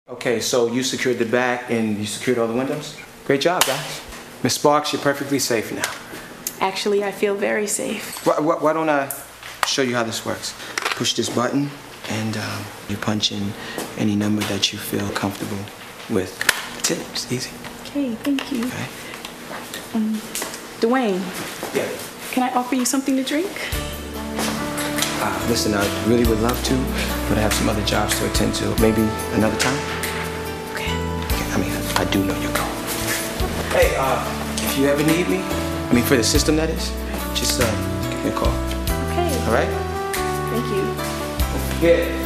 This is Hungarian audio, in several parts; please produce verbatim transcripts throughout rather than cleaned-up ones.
Okay, so you secured the back and you secured all the windows? Great job, guys. Miss Sparks, you're perfectly safe now. Actually, I feel very safe. Why, why, why don't I show you how this works? Push this button and um, you punch in any number that you feel comfortable with. That's it, it's easy. Okay, thank you. Okay. Um, Dwayne. Yeah. Can I offer you something to drink? Uh, listen, I really would love to, but I have some other jobs to attend to. Maybe another time? Okay. Okay, I mean, I, I do know you're gone. Hey, uh, if you ever need me, I mean, for the system that is, just uh, give me a call. Okay. All right? Thank you. Don't forget.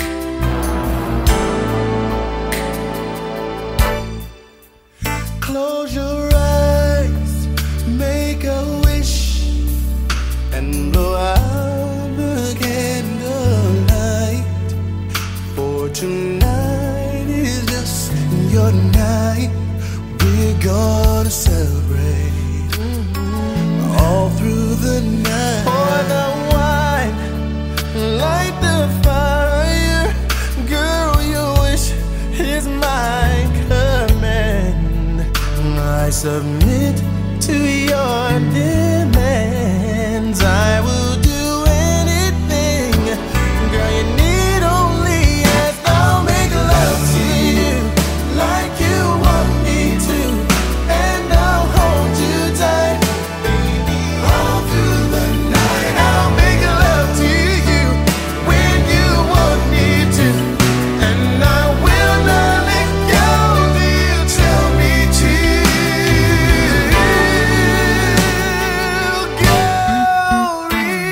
Close your eyes, make a wish, and blow out the candlelight. For tonight is just your night. We're gonna celebrate all through the night. Pour the wine, light the fire. Girl, your wish is my command. I submit to your demands. I will do anything. Girl, you need only ask. I'll make love to you like you want me to, and I'll hold you tight, baby, all through the night. I'll make love to you when you want me to, and I will not let go till you tell me to. Girl,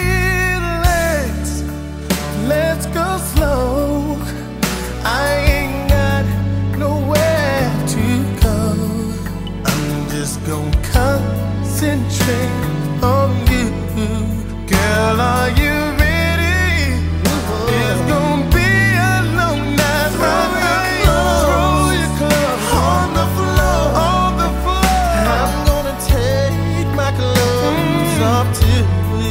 relax, let's go slow. I ain't got nowhere to go. I'm just gonna concentrate on you. Girl, are you ready? It's gonna be a long night. Throw your clothes on the floor, on the floor. I'm gonna take my clothes off too.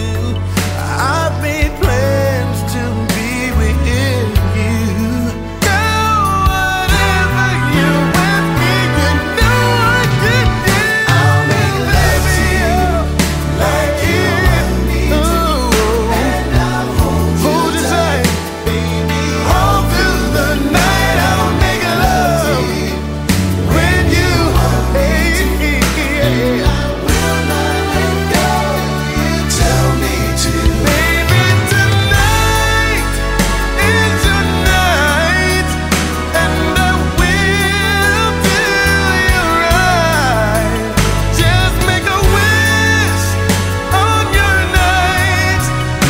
I've made plans to be with you. Girl, whatever you ask me, you know I can do. I'll make love to you like you want me to, and I'll hold you tight, baby, all through the night. I'll make love to you when you want me to, and I will not let go. You tell me to, baby. Tonight is your night, and I will do you right. Just make a wish on your night.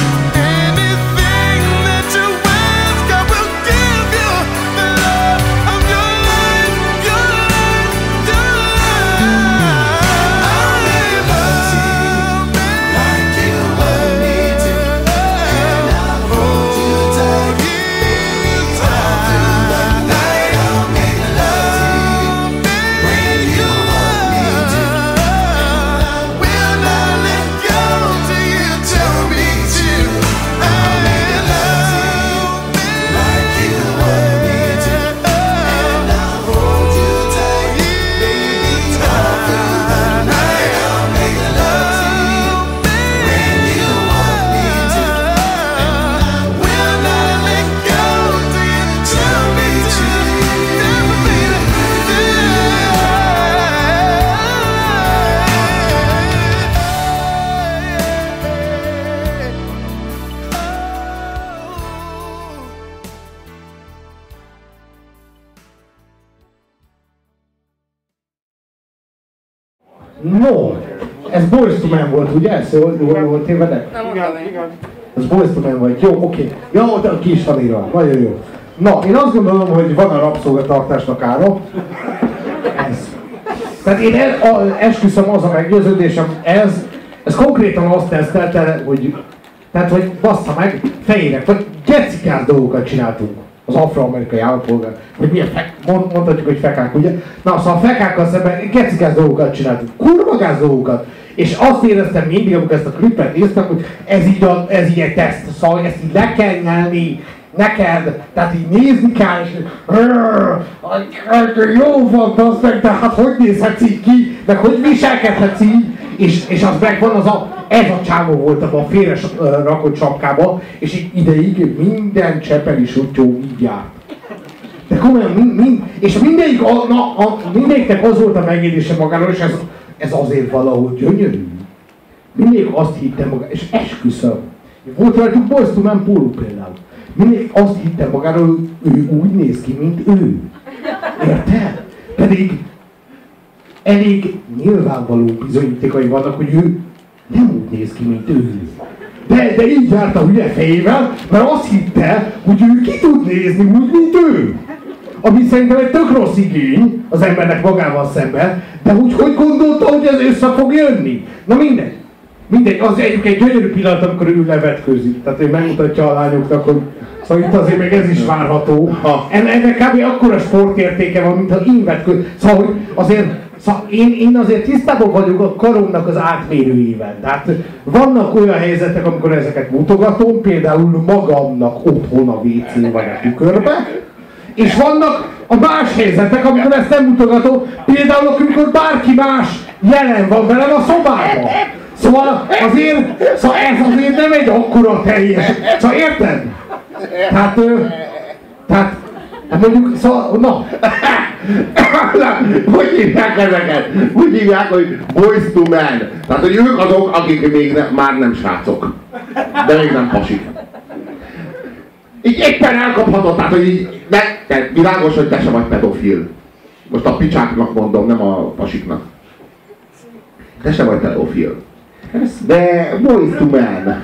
Anything that you ask, I will give you the love of your life, your life, your life. I'll make love to you like you want me to, and I'll hold you tight, baby, all through the night. I'll make love to you when you want me to, and I will not let go till you tell me to. I'll make love to you like you want me to, and I'll hold you tight, baby, all through the night. I'll make love to you when you want me to, and I will not let go till you tell me to. No, ez Boyz two Men volt, ugye? Ez jól, jól, jól tévedek? Nem mondom én. Ez Boyz two Men volt, jó, oké. Ja, ott ki is van írva, nagyon jó. Na, én azt gondolom, hogy van a rabszolgatartásnak ára. Ez. Tehát én el, a, esküszöm, az a meggyőződésem, ez, ez konkrétan azt tesztelte, hogy, tehát, hogy bassza meg, fejének, vagy gecikás dolgokat csináltunk az afroamerikai állampolgár, hogy milyen fek, mond, mondhatjuk, hogy fekák, ugye? Na, szóval a fekákkal szemben gecikás dolgokat csináltunk, kurvagász dolgokat, és azt éreztem mindig, amikor ezt a klipet néztem, hogy ez így, a, ez így egy teszt, szóval ezt így le kell nyelni, neked, tehát így nézni kell, és jó van, az meg, de hát hogy nézhetsz így ki, meg hogy viselkedhetsz így, és, és az megvan, az a, ez a csávó volt abban a félre rakott sapkába, és így ideig minden csepeli sutyó így járt. De komolyan, mind, mind, és mindegyik, a, na, a, mindegyiknek az volt a megélése magáról, és ez, ez azért valahogy gyönyörű. Mindegyik azt hittem magáról, és esküszöm. Volt rajtuk Boyz two Men póló például. Mindig azt hittem magáról, ő úgy néz ki, mint ő. Érted? Pedig elég nyilvánvaló bizonyítékai vannak, hogy ő nem úgy néz ki, mint ő. De, de így járt a hülye fejével, mert azt hitte, hogy ő ki tud nézni úgy, mint ő. Ami szerintem egy tök rossz igény az embernek magával szemben, de úgy hogy gondolta, hogy ez össze fog jönni? Na mindegy. Mindegy, az egyébként egy gyönyörű pillanat, amikor ő levetkőzik. Tehát ő megmutatja a lányoknak, hogy szóval itt azért még ez is várható. Ennek kb. Akkora sportértéke van, mintha én vetkőzöm. Szóval, hogy azért, szóval én, én azért tisztában vagyok a karomnak az átmérőjével. Tehát vannak olyan helyzetek, amikor ezeket mutogatom, például magamnak otthon a vé cén vagy a tükörbe, és vannak a más helyzetek, amikor ezt nem mutogatom, például amikor bárki más jelen van velem a szobában. Szóval azért, szóval ez azért nem egy akkora teljes, szóval érted? Tehát, tehát, hát mondjuk, szóval, na. Hogy hívják ezeket? Úgy hívják, hogy Boyz two Men. Tehát, hogy ők azok, akik még ne, már nem srácok. De még nem pasik. Így éppen elkaphatott, tehát, hogy így, de, de világos, hogy te sem vagy pedofil. Most a picsáknak mondom, nem a pasiknak. Te sem vagy pedofil. De Boyz two Men.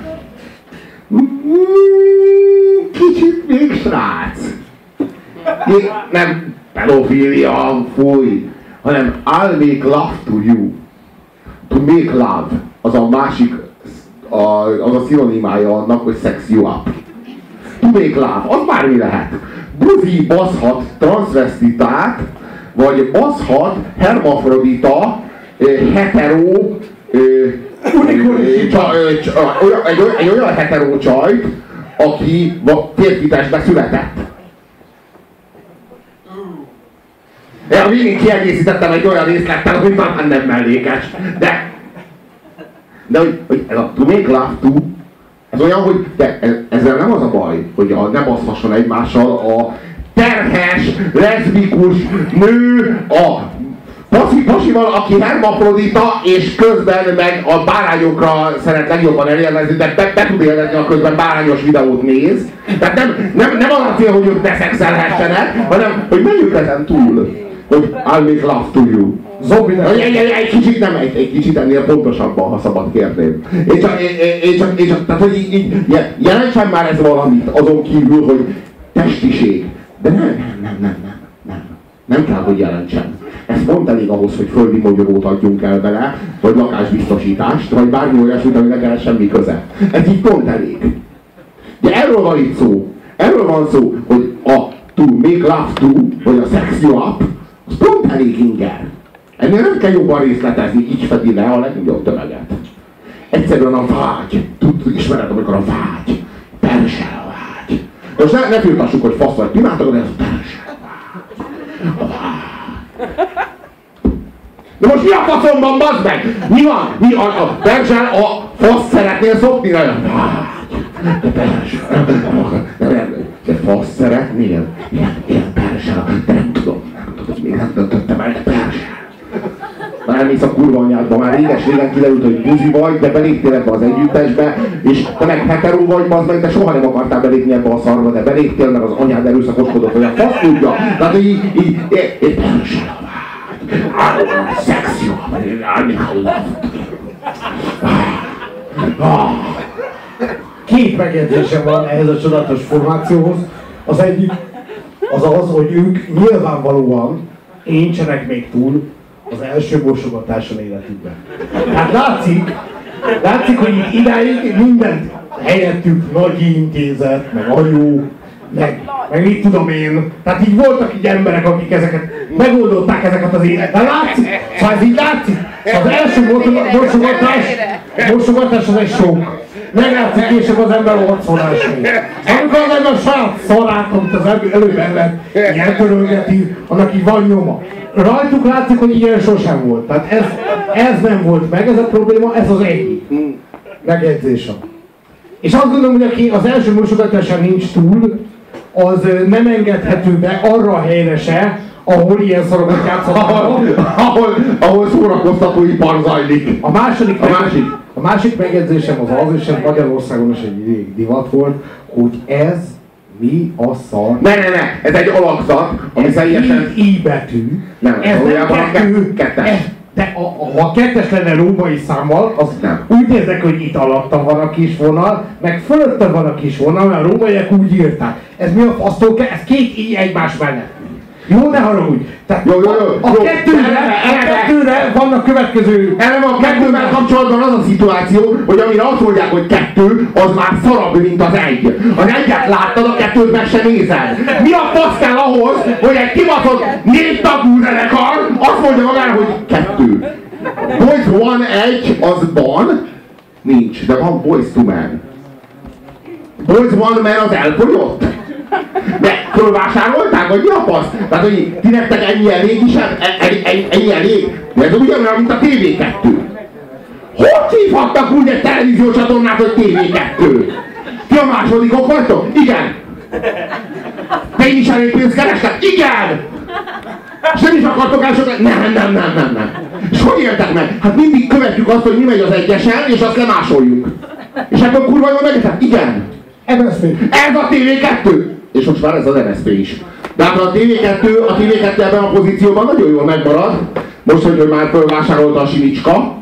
Kicsit még srác. Nem pedofília, fúj, hanem I'll make love to you. To make love. Az a másik, a, az a szinonimája annak, hogy sex you up. To make love. Az bármi lehet. Buzi baszhat transvestitát, vagy baszhat hermafrodita, hetero, egy olyan hetero csajt, aki férfi testbe született. Én a végén kiegészítettem egy olyan részlettel, hogy már nem mellékes. De, de hogy, hogy ez a to make love to, ez olyan, hogy de ezzel nem az a baj, hogy a, ne baszhasson egymással a terhes, leszbikus nő a Pasi, pasival, aki hermafrodita, és közben meg a bárányokra szeret legjobban elélvezni, de be, be tud élvezni, a közben bárányos videót néz. Tehát nem, nem, nem az a cél, hogy ők ne szexelhessenek, hanem hogy menjünk ezen túl, hogy I'll make love to you. Zombi, egy, egy, egy, kicsit nem, egy, egy kicsit ennél pontosabban, ha szabad kérném. Én csak, én, én csak, én csak tehát hogy így, így jelentsen már ez valamit, azon kívül, hogy testiség. De nem, nem, nem, nem, nem, nem. Nem kell, hogy jelentsen. Ez pont elég ahhoz, hogy földi mogyorót adjunk el vele, vagy lakásbiztosítást, vagy bármi olyasmit, aminek el semmi köze. Ez így pont elég. De erről van itt szó. Erről van szó, hogy a to make love to, vagy a sex you up, az pont elég inger. Ennél nem kell jobban részletezni, így fedi le a legnagyobb tömeget. Egyszerűen a vágy. Tud, ismered, amikor a vágy. Persel a vágy. Most ne, ne firtassuk, hogy fasz vagy pimátok, de ez a persel a vágy. De most mi a faszomban, bazd meg? Mi van? Mi a, a persel a fasz szeretnél szopni? De persel. De fasz szeretnél? Ilyen, ilyen persel. De nem tudom, nem tudom, még nem döntöttem el, de persel. Már elmész a kurva anyádba, már réges-régen kiderült, hogy buzi vagy, de beléptél ebbe az együttesbe, és te meg hetero vagy, bazd meg, de soha nem akartál belépni ebbe a szarba, de beléptél, mert az anyád erőszakoskodott, hogy a fasz tudja. Tehát így, így, így, így persel a vágy. Szexi a vágy. Két megjegyzésem van ehhez a csodálatos formációhoz. Az egyik az az, hogy ők nyilvánvalóan nincsenek még túl az első mosogatáson életükben. Hát látszik, látszik, hogy itt idáig mindent helyettük Nagyi Intézet, meg anyu, meg, meg mit tudom én. Tehát így voltak így emberek, akik ezeket megoldották ezeket az életet. De látszik, szóval ez így látszik. Az első mosogatás, mosogatás az egy sok. Meglátszik később az ember orcfonásai. Amikor az ember saját szarát, amit az előbb ember ilyen törölgeti, annak így van nyoma. Rajtuk látszik, hogy ilyen sosem volt. Tehát ez, ez nem volt meg, ez a probléma, ez az egyik megjegyzésem. És azt gondolom, hogy aki az első mosogatással nincs túl, az nem engedhető be arra a helyre se, ahol ilyen szarokat játszanak. Ahol, ahol, ahol szórakoztatóipar zajlik. A második, a másik. A másik megjegyzésem az az, és ez Magyarországon is egy ideig divat volt, hogy ez mi a szar? Ne, ne, ne, ez egy alakzat, ami teljesen... I betű. Nem, ez nem kettő. Kettes. Ez, de a, ha a kettes lenne római számmal, az nem. Úgy néznek, hogy itt alatta van a kis vonal, meg fölötte van a kis vonal, mert a rómaiak úgy írták. Ez mi a fasztól kell? Ez két i egymás mellett. Jó, ne haragudj! Tehát jó, jó, jó, a, a, jó, kettőre, eleve, a kettőre vannak következő... Eleve a kettővel kapcsolatban az a szituáció, hogy amire azt mondják, hogy kettő, az már szarabb, mint az egy. Az egyet láttad, a kettőt meg se nézed. Mi a fasz kell ahhoz, hogy egy kibaszott négy tagú zenekar azt mondja magára, hogy kettő. Boys One egy, az van? Nincs, de van Boys Two Man. Boys One Man az elfogyott? De fölvásárolták, vagy mi a fasz? Tehát, hogy ti nektek ennyi elég is, ennyi, ennyi, ennyi elég? De ez ugyanolyan, mint a té vé kettő. Hogy hívhattak úgy egy televíziócsatornát, hogy té vé kettő? Ti a másodikok vagytok? Igen! Te is elég pénzt kerestek? Igen! És nem is akartok elsőt? Nem, nem, nem, nem, nem. És hogy éltek meg? Hát mindig követjük azt, hogy mi megy az egyesen, és azt lemásoljuk. És ebből kurva jól megyetek? Igen! em es zé. Ez a té vé kettő! És most már ez az em es zé is. De hát a té vé kettő, a té vé kettő ebben a pozícióban nagyon jól megmarad. Most, hogy már fölvásárolta a Simicska.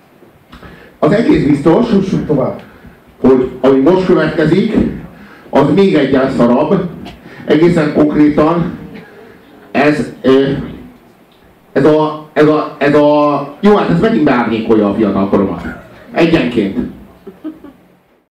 Az egész biztos, tovább, hogy ami most következik, az még egyen szarabb. Egészen konkrétan ez, ez a, ez a, ez a, jó, hát ez megint beárnyékolja a fiatalkoromat. Egyenként.